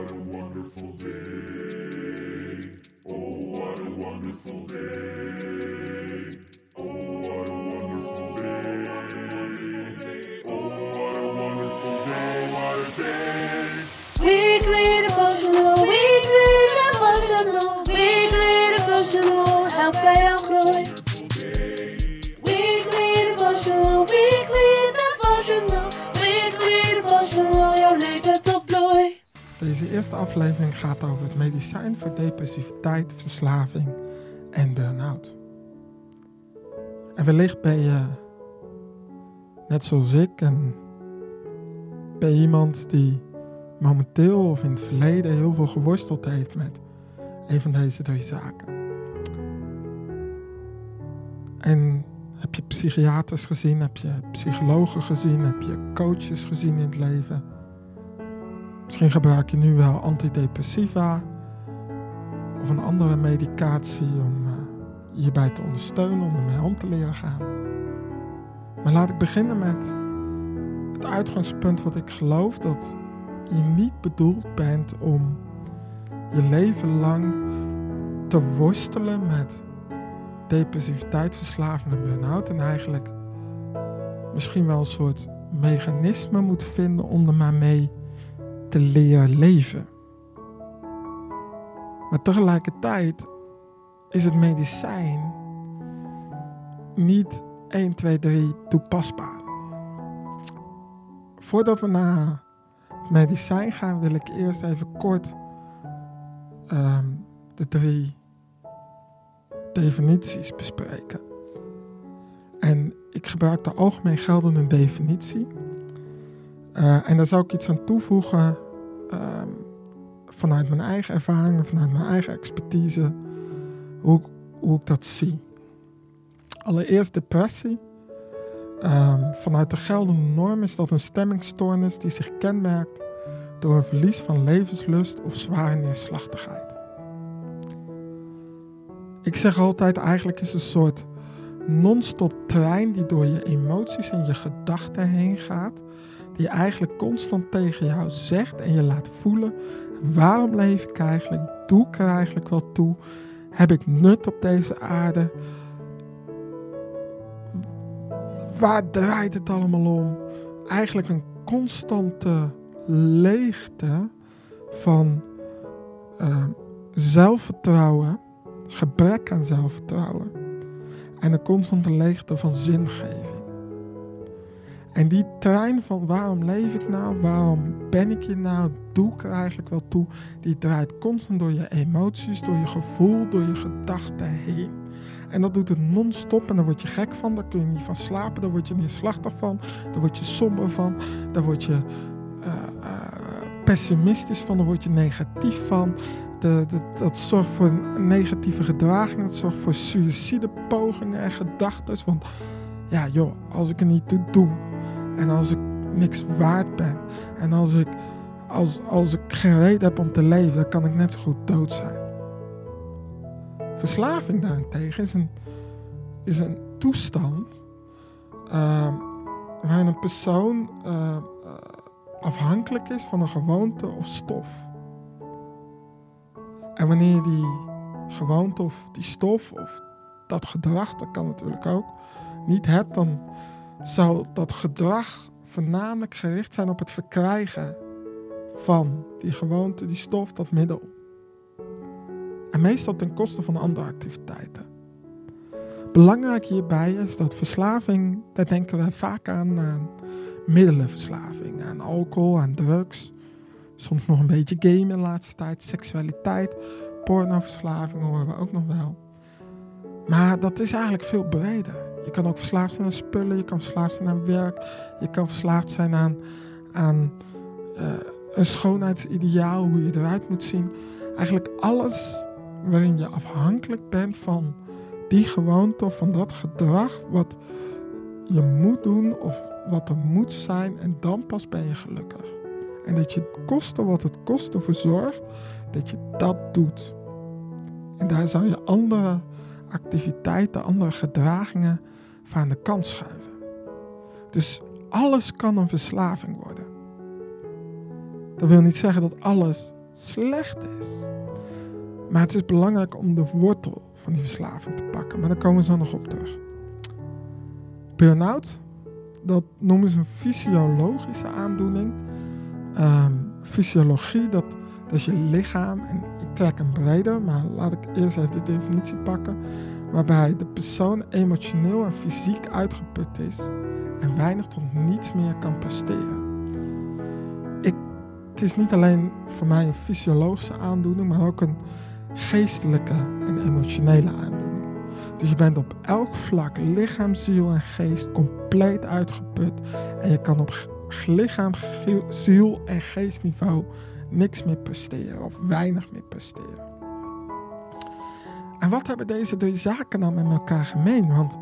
what a wonderful day. Oh, what a wonderful day. Oh, what a wonderful day. Oh, what a wonderful day. What a day. Weekly devotional, weekly devotional, weekly devotional, help bij jouw groei. Weekly devotional, jouw leven tot bloei. Deze eerste aflevering gaat over het medicijn voor depressiviteit, verslaving en burn-out. En wellicht ben je, net zoals ik, ben je iemand die momenteel of in het verleden heel veel geworsteld heeft met een van deze drie zaken. En heb je psychiaters gezien, heb je psychologen gezien, heb je coaches gezien in het leven. Misschien gebruik je nu wel antidepressiva of een andere medicatie om je hierbij te ondersteunen, om ermee om te leren gaan. Maar laat ik beginnen met het uitgangspunt wat ik geloof, dat je niet bedoeld bent om je leven lang te worstelen met depressiviteit, verslaving en burn-out en eigenlijk misschien wel een soort mechanisme moet vinden om er maar mee te leren leven. Maar tegelijkertijd is het medicijn niet 1, 2, 3 toepasbaar. Voordat we naar het medicijn gaan, wil ik eerst even kort de 3 definities bespreken. En ik gebruik de algemeen geldende definitie. En daar zou ik iets aan toevoegen vanuit mijn eigen ervaringen, vanuit mijn eigen expertise, hoe ik dat zie. Allereerst depressie. Vanuit de geldende norm is dat een stemmingstoornis die zich kenmerkt door een verlies van levenslust of zware neerslachtigheid. Ik zeg altijd, eigenlijk is het een soort non-stop trein die door je emoties en je gedachten heen gaat, die eigenlijk constant tegen jou zegt en je laat voelen: waarom leef ik eigenlijk? Doe ik er eigenlijk wel toe? Heb ik nut op deze aarde? Waar draait het allemaal om? Eigenlijk een constante leegte van zelfvertrouwen, gebrek aan zelfvertrouwen en een constante leegte van zingeving. En die trein van waarom leef ik nou, waarom ben ik hier nou, doe ik er eigenlijk wel toe, die draait constant door je emoties, door je gevoel, door je gedachten heen. En dat doet het non-stop en daar word je gek van, daar kun je niet van slapen, daar word je neerslachtig van, daar word je somber van, daar word je pessimistisch van, daar word je negatief van. Dat zorgt voor negatieve gedragingen, dat zorgt voor suïcidepogingen en gedachten. Want ja joh, als ik er niet toe doe en als ik niks waard ben en als ik geen reden heb om te leven, dan kan ik net zo goed dood zijn. Verslaving daarentegen is een toestand waarin een persoon afhankelijk is van een gewoonte of stof. En wanneer je die gewoonte of die stof of dat gedrag, dat kan natuurlijk ook, niet hebt, dan zou dat gedrag voornamelijk gericht zijn op het verkrijgen van die gewoonte, die stof, dat middel. En meestal ten koste van andere activiteiten. Belangrijk hierbij is dat verslaving, daar denken we vaak aan middelenverslaving, aan alcohol, aan drugs. Soms nog een beetje gamen de laatste tijd, seksualiteit, pornoverslaving horen we ook nog wel. Maar dat is eigenlijk veel breder. Je kan ook verslaafd zijn aan spullen, je kan verslaafd zijn aan werk, je kan verslaafd zijn aan een schoonheidsideaal, hoe je eruit moet zien. Eigenlijk alles waarin je afhankelijk bent van die gewoonte of van dat gedrag wat je moet doen of wat er moet zijn en dan pas ben je gelukkig. En dat je het koste wat het kost ervoor zorgt dat je dat doet. En daar zou je andere activiteiten, andere gedragingen van aan de kant schuiven. Dus alles kan een verslaving worden. Dat wil niet zeggen dat alles slecht is. Maar het is belangrijk om de wortel van die verslaving te pakken. Maar daar komen we zo nog op terug. Burn-out, dat noemen ze een fysiologische aandoening. Fysiologie, dat is je lichaam. En ik trek hem breder, maar laat ik eerst even de definitie pakken. Waarbij de persoon emotioneel en fysiek uitgeput is en weinig tot niets meer kan presteren. Het is niet alleen voor mij een fysiologische aandoening, maar ook een geestelijke en emotionele aandoening. Dus je bent op elk vlak, lichaam, ziel en geest, compleet uitgeput. En je kan op lichaam, ziel en geestniveau niks meer presteren of weinig meer presteren. En wat hebben deze 3 zaken dan met elkaar gemeen? Want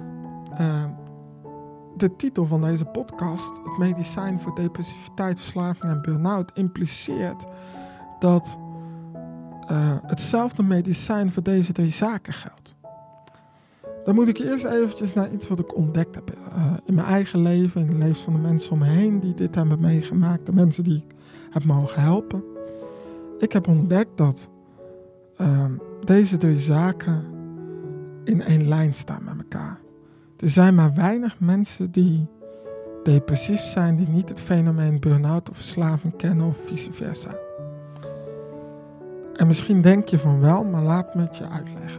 de titel van deze podcast, het medicijn voor depressiviteit, verslaving en burn-out, impliceert dat hetzelfde medicijn voor deze 3 zaken geldt. Dan moet ik eerst eventjes naar iets wat ik ontdekt heb in mijn eigen leven, in het leven van de mensen om me heen die dit hebben meegemaakt, de mensen die ik heb mogen helpen. Ik heb ontdekt dat deze 3 zaken in één lijn staan met elkaar. Er zijn maar weinig mensen die depressief zijn, die niet het fenomeen burn-out of verslaving kennen of vice versa. En misschien denk je van wel, maar laat me het je uitleggen.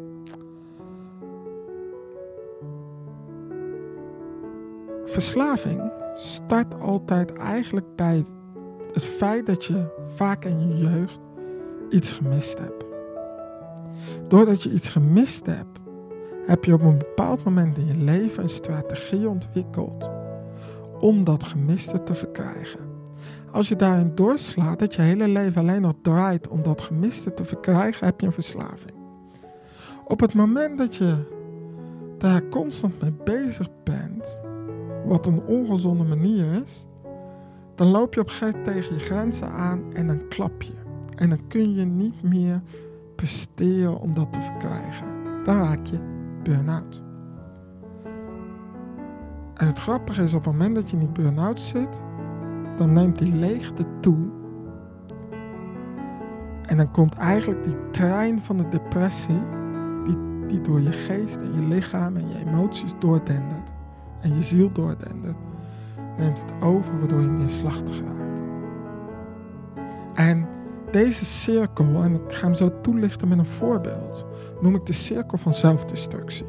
Verslaving start altijd eigenlijk bij het feit dat je vaak in je jeugd iets gemist hebt. Doordat je iets gemist hebt, heb je op een bepaald moment in je leven een strategie ontwikkeld om dat gemiste te verkrijgen. Als je daarin doorslaat dat je hele leven alleen nog draait om dat gemiste te verkrijgen, heb je een verslaving. Op het moment dat je daar constant mee bezig bent, wat een ongezonde manier is, dan loop je op een gegeven moment tegen je grenzen aan en dan klap je. En dan kun je niet meer presteren om dat te verkrijgen. Dan raak je burn-out. En het grappige is, op het moment dat je in die burn-out zit, dan neemt die leegte toe. En dan komt eigenlijk die trein van de depressie, die door je geest en je lichaam en je emoties doordendert. En je ziel doordendert. Neemt het over, waardoor je neerslachtig raakt. En deze cirkel, en ik ga hem zo toelichten met een voorbeeld, noem ik de cirkel van zelfdestructie.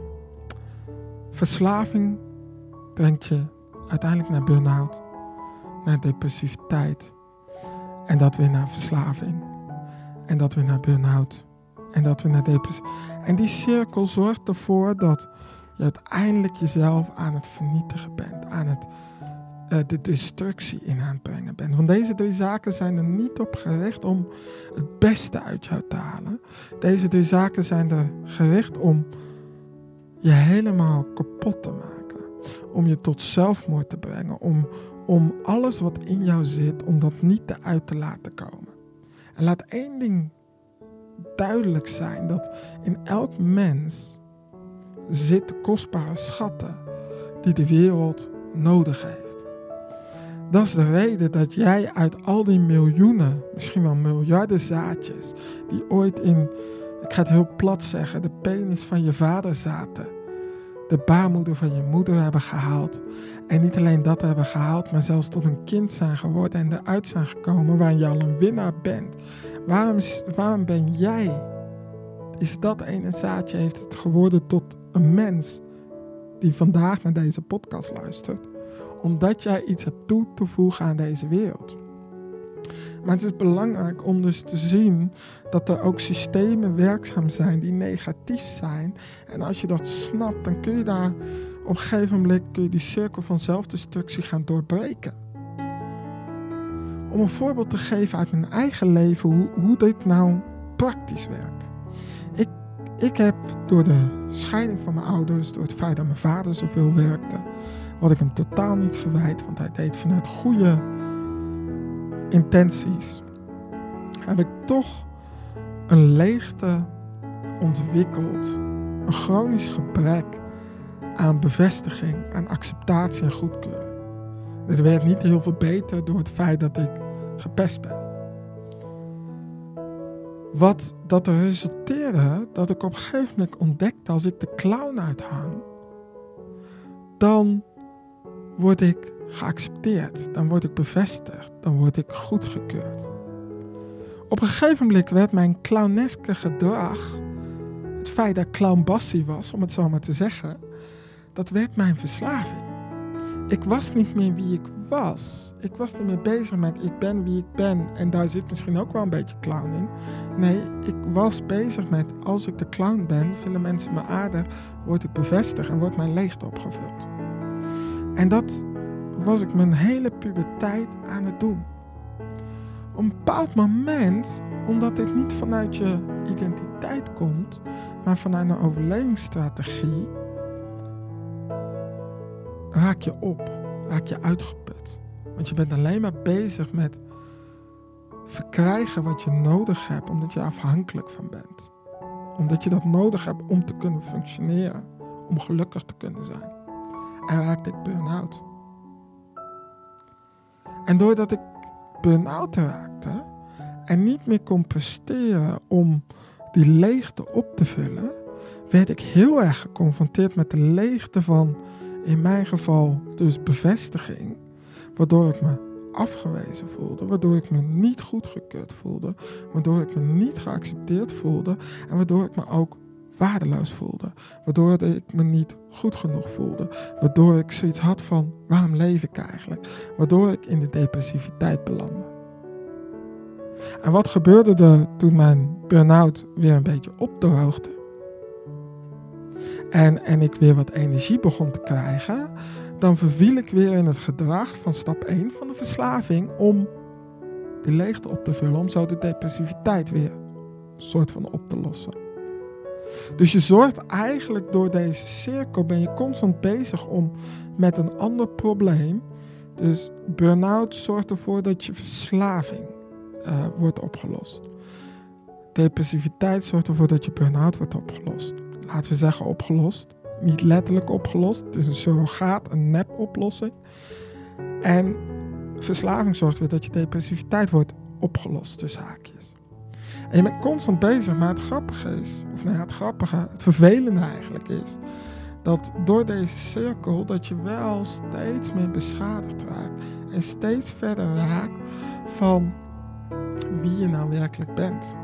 Verslaving brengt je uiteindelijk naar burn-out, naar depressiviteit. En dat weer naar verslaving. En dat weer naar burn-out. En dat weer naar depressie. En die cirkel zorgt ervoor dat je uiteindelijk jezelf aan het vernietigen bent. Aan het de destructie in aan het brengen bent. Want deze 3 zaken zijn er niet op gericht om het beste uit jou te halen. Deze 3 zaken zijn er gericht om je helemaal kapot te maken. Om je tot zelfmoord te brengen. Om alles wat in jou zit, om dat niet uit te laten komen. En laat 1 ding duidelijk zijn, dat in elk mens zitten kostbare schatten die de wereld nodig heeft. Dat is de reden dat jij uit al die miljoenen, misschien wel miljarden zaadjes, die ooit in, ik ga het heel plat zeggen, de penis van je vader zaten, de baarmoeder van je moeder hebben gehaald. En niet alleen dat hebben gehaald, maar zelfs tot een kind zijn geworden en eruit zijn gekomen waarin je al een winnaar bent. Waarom ben jij, is dat ene zaadje, heeft het geworden tot een mens die vandaag naar deze podcast luistert? Omdat jij iets hebt toe te voegen aan deze wereld. Maar het is belangrijk om dus te zien dat er ook systemen werkzaam zijn die negatief zijn. En als je dat snapt, dan kun je daar op een gegeven moment die cirkel van zelfdestructie gaan doorbreken. Om een voorbeeld te geven uit mijn eigen leven hoe dit nou praktisch werkt. Ik heb door de scheiding van mijn ouders, door het feit dat mijn vader zoveel werkte, wat ik hem totaal niet verwijt, want hij deed vanuit goede intenties, heb ik toch een leegte ontwikkeld, een chronisch gebrek aan bevestiging, aan acceptatie en goedkeuring. Het werd niet heel veel beter door het feit dat ik gepest ben. Wat dat er resulteerde dat ik op een gegeven moment ontdekte, als ik de clown uithang, dan word ik geaccepteerd, dan word ik bevestigd, dan word ik goedgekeurd. Op een gegeven moment werd mijn clowneske gedrag, het feit dat ik clownbassie was, om het zo maar te zeggen, dat werd mijn verslaving. Ik was niet meer wie ik was. Ik was niet meer bezig met ik ben wie ik ben. En daar zit misschien ook wel een beetje clown in. Nee, ik was bezig met als ik de clown ben, vinden mensen me aardig, word ik bevestigd en wordt mijn leegte opgevuld. En dat was ik mijn hele puberteit aan het doen. Op een bepaald moment, omdat dit niet vanuit je identiteit komt, maar vanuit een overlevingsstrategie, raak je op, raak je uitgeput. Want je bent alleen maar bezig met verkrijgen wat je nodig hebt, omdat je afhankelijk van bent. Omdat je dat nodig hebt om te kunnen functioneren, om gelukkig te kunnen zijn. En raakte ik burn-out. En doordat ik burn-out raakte en niet meer kon presteren om die leegte op te vullen, werd ik heel erg geconfronteerd met de leegte van, in mijn geval dus bevestiging, waardoor ik me afgewezen voelde, waardoor ik me niet goedgekeurd voelde, waardoor ik me niet geaccepteerd voelde en waardoor ik me ook waardeloos voelde, waardoor ik me niet goed genoeg voelde, waardoor ik zoiets had van, waarom leef ik eigenlijk? Waardoor ik in de depressiviteit belandde. En wat gebeurde er toen mijn burn-out weer een beetje opdroogde en ik weer wat energie begon te krijgen, dan verviel ik weer in het gedrag van stap 1 van de verslaving om die leegte op te vullen, om zo de depressiviteit weer een soort van op te lossen. Dus je zorgt eigenlijk door deze cirkel, ben je constant bezig om met een ander probleem. Dus burn-out zorgt ervoor dat je verslaving wordt opgelost. Depressiviteit zorgt ervoor dat je burn-out wordt opgelost. Laten we zeggen opgelost. Niet letterlijk opgelost. Het is een surrogaat, een nep-oplossing. En verslaving zorgt ervoor dat je depressiviteit wordt opgelost, tussen haakjes. En je bent constant bezig, maar het grappige is, het vervelende eigenlijk is, dat door deze cirkel, dat je wel steeds meer beschadigd raakt en steeds verder raakt van wie je nou werkelijk bent.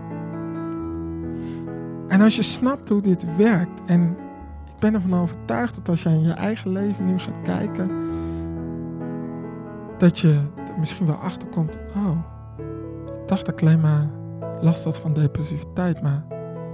En als je snapt hoe dit werkt, en ik ben ervan overtuigd dat als jij in je eigen leven nu gaat kijken, dat je er misschien wel achterkomt, oh, ik dacht dat ik alleen maar last had van depressiviteit, maar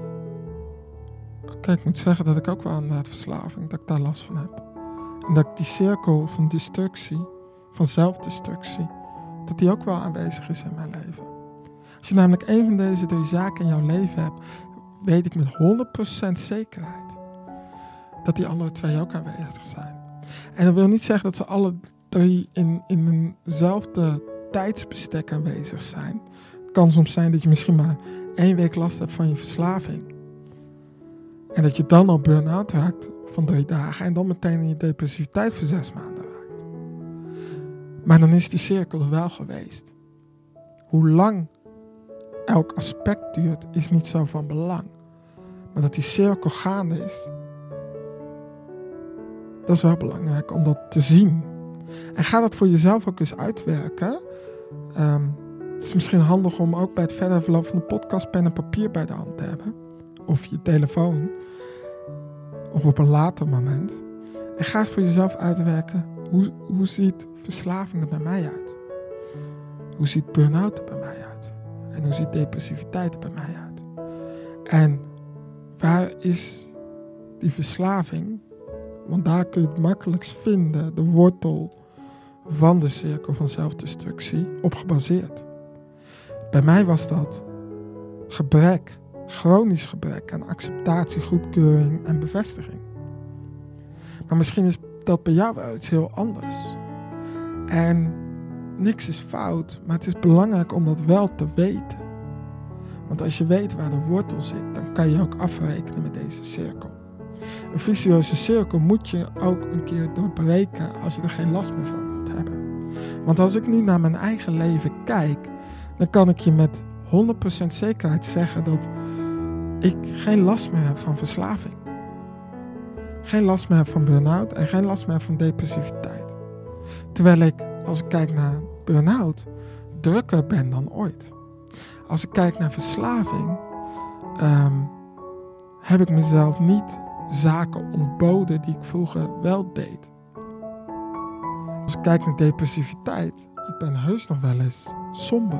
oké, ik moet zeggen dat ik ook wel aan de verslaving, dat ik daar last van heb. En dat ik die cirkel van destructie, van zelfdestructie, dat die ook wel aanwezig is in mijn leven. Als je namelijk een van deze 3 zaken in jouw leven hebt, weet ik met 100% zekerheid dat die andere 2 ook aanwezig zijn. En dat wil niet zeggen dat ze alle 3 in eenzelfde tijdsbestek aanwezig zijn. Het kan soms zijn dat je misschien maar 1 week last hebt van je verslaving. En dat je dan al burn-out raakt van 3 dagen en dan meteen in je depressiviteit voor 6 maanden raakt. Maar dan is die cirkel er wel geweest. Hoe lang elk aspect duurt, is niet zo van belang. Maar dat die cirkel gaande is, dat is wel belangrijk om dat te zien. En ga dat voor jezelf ook eens uitwerken. Het is misschien handig om ook bij het verder verloop van de podcast pen en papier bij de hand te hebben. Of je telefoon. Of op een later moment. En ga het voor jezelf uitwerken. Hoe ziet verslaving er bij mij uit? Hoe ziet burn-out er bij mij uit? En hoe ziet depressiviteit er bij mij uit? En waar is die verslaving? Want daar kun je het makkelijkst vinden, de wortel van de cirkel van zelfdestructie, op gebaseerd. Bij mij was dat gebrek, chronisch gebrek aan acceptatie, goedkeuring en bevestiging. Maar misschien is dat bij jou wel iets heel anders. En niks is fout, maar het is belangrijk om dat wel te weten. Want als je weet waar de wortel zit, dan kan je ook afrekenen met deze cirkel. Een vicieuze cirkel moet je ook een keer doorbreken als je er geen last meer van wilt hebben. Want als ik nu naar mijn eigen leven kijk, dan kan ik je met 100% zekerheid zeggen dat ik geen last meer heb van verslaving. Geen last meer heb van burn-out en geen last meer heb van depressiviteit. Terwijl ik, als ik kijk naar burn-out, drukker ben dan ooit. Als ik kijk naar verslaving, heb ik mezelf niet zaken ontboden die ik vroeger wel deed. Als ik kijk naar depressiviteit, ik ben heus nog wel eens somber.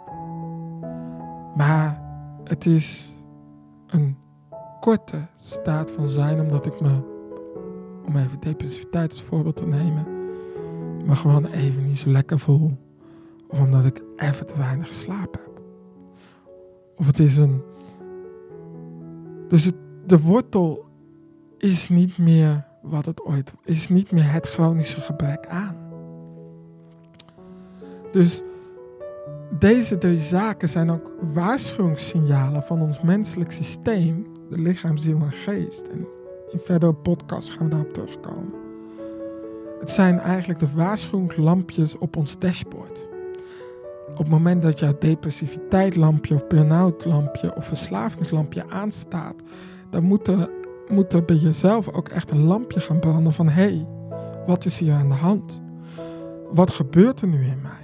Maar het is een korte staat van zijn, omdat ik me, om even depressiviteit als voorbeeld te nemen, me gewoon even niet zo lekker voel. Of omdat ik even te weinig geslapen heb. Of het is een... Dus de wortel is niet meer wat het ooit... is niet meer het chronische gebrek aan. Dus deze 3 zaken zijn ook waarschuwingssignalen van ons menselijk systeem, de lichaam, ziel en geest. En in verdere podcasts gaan we daarop terugkomen. Het zijn eigenlijk de waarschuwingslampjes op ons dashboard. Op het moment dat jouw depressiviteitlampje of burn-out lampje of verslavingslampje aanstaat, dan moet er bij jezelf ook echt een lampje gaan branden van hé, wat is hier aan de hand? Wat gebeurt er nu in mij?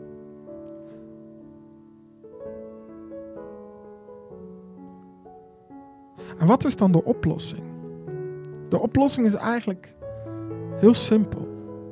En wat is dan de oplossing? De oplossing is eigenlijk heel simpel.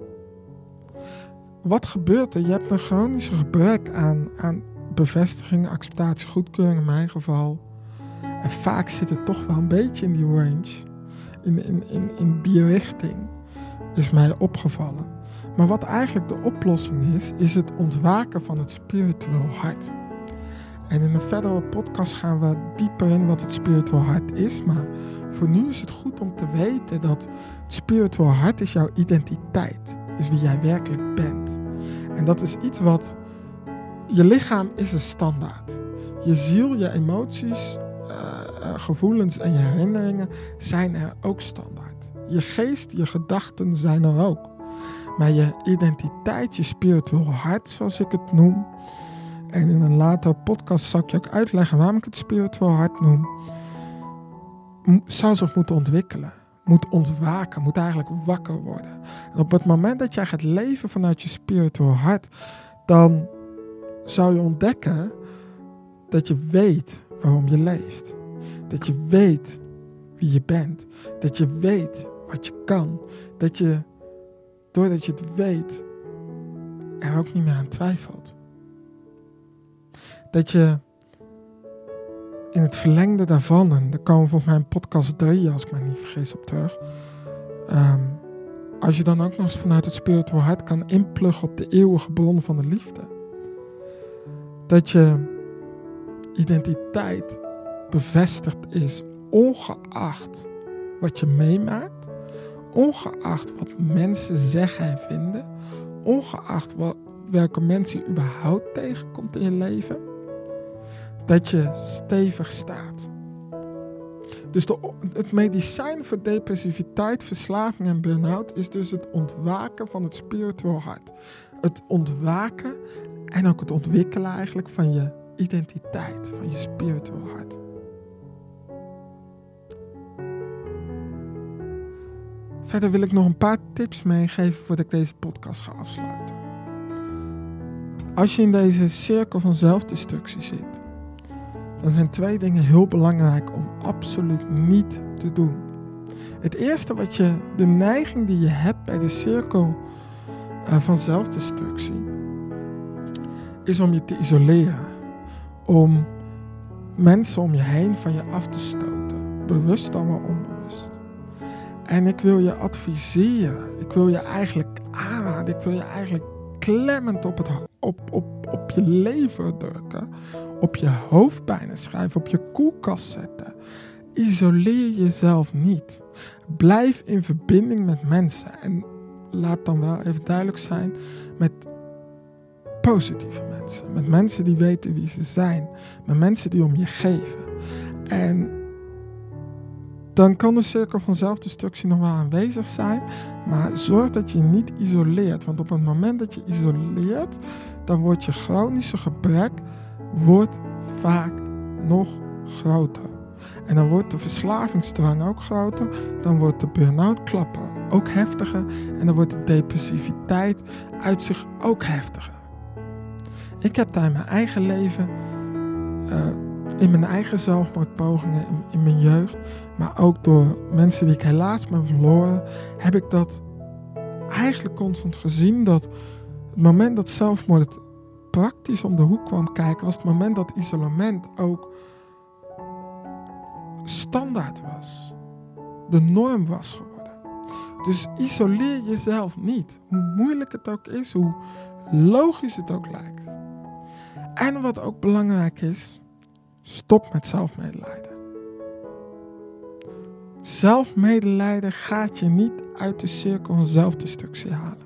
Wat gebeurt er? Je hebt een chronische gebrek aan bevestiging, acceptatie, goedkeuring in mijn geval. En vaak zit het toch wel een beetje in die range. In die richting is mij opgevallen. Maar wat eigenlijk de oplossing is het ontwaken van het spiritueel hart. En in een verdere podcast gaan we dieper in wat het spiritueel hart is. Maar voor nu is het goed om te weten dat het spiritueel hart is jouw identiteit. Is wie jij werkelijk bent. En dat is iets wat... Je lichaam is een standaard. Je ziel, je emoties, gevoelens en je herinneringen zijn er ook standaard. Je geest, je gedachten zijn er ook. Maar je identiteit, je spiritueel hart, zoals ik het noem... En in een later podcast zal ik je ook uitleggen waarom ik het spiritueel hart noem. Zou zich moeten ontwikkelen. Moet ontwaken. Moet eigenlijk wakker worden. En op het moment dat jij gaat leven vanuit je spiritueel hart. Dan zou je ontdekken dat je weet waarom je leeft. Dat je weet wie je bent. Dat je weet wat je kan. Dat je, doordat je het weet, er ook niet meer aan twijfelt. Dat je in het verlengde daarvan, en daar komen volgens mij in podcast 3, als ik me niet vergis, op terug. Als je dan ook nog eens vanuit het spiritueel hart kan inpluggen op de eeuwige bron van de liefde. Dat je identiteit bevestigd is, ongeacht wat je meemaakt. Ongeacht wat mensen zeggen en vinden. Ongeacht welke mensen je überhaupt tegenkomt in je leven. Dat je stevig staat. Dus het medicijn voor depressiviteit, verslaving en burn-out is dus het ontwaken van het spiritueel hart. Het ontwaken en ook het ontwikkelen eigenlijk van je identiteit, van je spiritueel hart. Verder wil ik nog een paar tips meegeven voordat ik deze podcast ga afsluiten. Als je in deze cirkel van zelfdestructie zit, dan zijn 2 dingen heel belangrijk om absoluut niet te doen. Het eerste de neiging die je hebt bij de cirkel van zelfdestructie, is om je te isoleren. Om mensen om je heen van je af te stoten. Bewust dan wel onbewust. En ik wil je adviseren. Ik wil je eigenlijk aanraden. Ik wil je eigenlijk klemmend op je lever drukken. Op je hoofd bijna schrijven. Op je koelkast zetten. Isoleer jezelf niet. Blijf in verbinding met mensen. En laat dan wel even duidelijk zijn met positieve mensen. Met mensen die weten wie ze zijn. Met mensen die om je geven. En dan kan de cirkel van zelfdestructie nog wel aanwezig zijn. Maar zorg dat je je niet isoleert. Want op het moment dat je isoleert, dan wordt je chronische gebrek vaak nog groter. En dan wordt de verslavingsdrang ook groter. Dan wordt de burn-out klappen ook heftiger. En dan wordt de depressiviteit uit zich ook heftiger. Ik heb daar in mijn eigen leven, in mijn eigen zelfmoordpogingen, in mijn jeugd, maar ook door mensen die ik helaas ben verloren, heb ik dat eigenlijk constant gezien, dat het moment dat zelfmoord praktisch om de hoek kwam kijken, was het moment dat isolement ook standaard was. De norm was geworden. Dus isoleer jezelf niet. Hoe moeilijk het ook is, hoe logisch het ook lijkt. En wat ook belangrijk is, stop met zelfmedelijden. Zelfmedelijden gaat je niet uit de cirkel van zelfdestructie halen.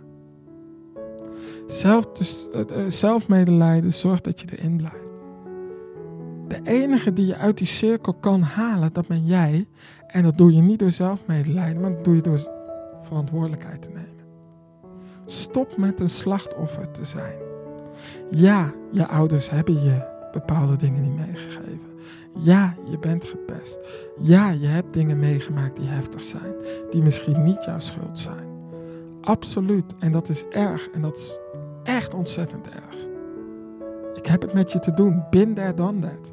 Zelfmedelijden zorgt dat je erin blijft. De enige die je uit die cirkel kan halen, dat ben jij. En dat doe je niet door zelfmedelijden, maar dat doe je door verantwoordelijkheid te nemen. Stop met een slachtoffer te zijn. Ja, je ouders hebben je bepaalde dingen niet meegegeven. Ja, je bent gepest. Ja, je hebt dingen meegemaakt die heftig zijn. Die misschien niet jouw schuld zijn. Absoluut. En dat is erg. En dat is echt ontzettend erg. Ik heb het met je te doen. Been there, done that.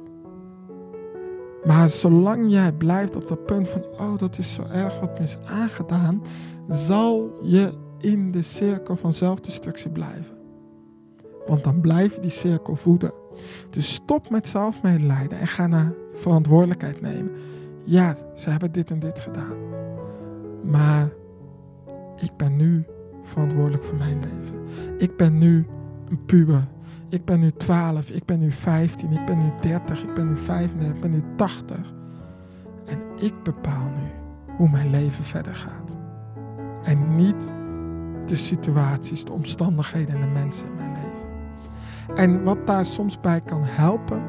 Maar zolang jij blijft op dat punt van, oh, dat is zo erg wat me is aangedaan, zal je in de cirkel van zelfdestructie blijven. Want dan blijf je die cirkel voeden. Dus stop met zelfmedelijden en ga naar verantwoordelijkheid nemen. Ja, ze hebben dit en dit gedaan. Maar ik ben nu verantwoordelijk voor mijn leven. Ik ben nu een puber. Ik ben nu 12, ik ben nu 15, ik ben nu 30, ik ben nu 35, ik ben nu 80. En ik bepaal nu hoe mijn leven verder gaat. En niet de situaties, de omstandigheden en de mensen in mijn leven. En wat daar soms bij kan helpen,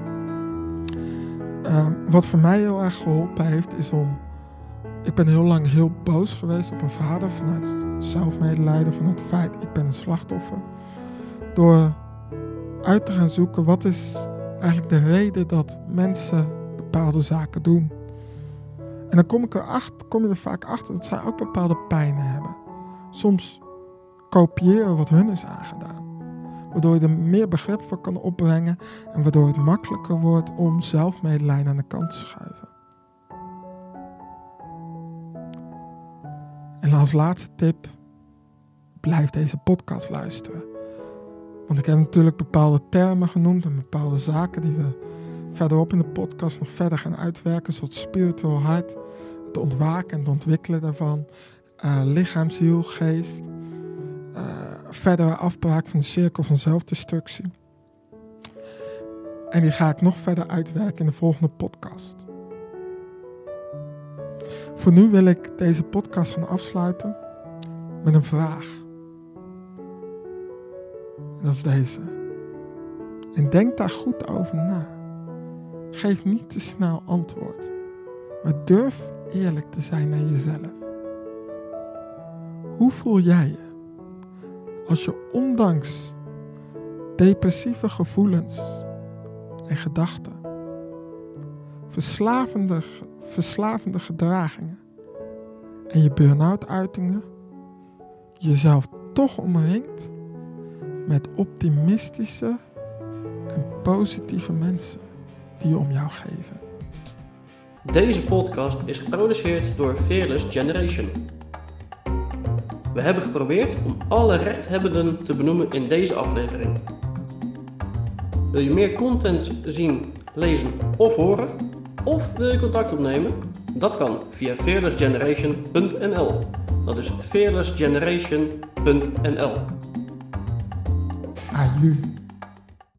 wat voor mij heel erg geholpen heeft, is ik ben heel lang heel boos geweest op mijn vader vanuit zelfmedelijden, vanuit het feit ik ben een slachtoffer. Door uit te gaan zoeken wat is eigenlijk de reden dat mensen bepaalde zaken doen. En dan kom je er vaak achter dat zij ook bepaalde pijnen hebben. Soms kopiëren wat hun is aangedaan. Waardoor je er meer begrip voor kan opbrengen en waardoor het makkelijker wordt om zelfmedelijden aan de kant te schuiven. En als laatste tip, blijf deze podcast luisteren. Want ik heb natuurlijk bepaalde termen genoemd en bepaalde zaken die we verderop in de podcast nog verder gaan uitwerken. Zoals spiritueel hart, het ontwaken en het ontwikkelen daarvan. Lichaam, ziel, geest. Verdere afbraak van de cirkel van zelfdestructie. En die ga ik nog verder uitwerken in de volgende podcast. Voor nu wil ik deze podcast gaan afsluiten met een vraag. En dat is deze. En denk daar goed over na. Geef niet te snel antwoord. Maar durf eerlijk te zijn naar jezelf. Hoe voel jij je als je ondanks depressieve gevoelens en gedachten, verslavende gedragingen en je burn-out uitingen jezelf toch omringt met optimistische en positieve mensen die je om jou geven? Deze podcast is geproduceerd door Fearless Generation. We hebben geprobeerd om alle rechthebbenden te benoemen in deze aflevering. Wil je meer content zien, lezen of horen? Of wil je contact opnemen? Dat kan via fearlessgeneration.nl. Dat is fearlessgeneration.nl. Aju.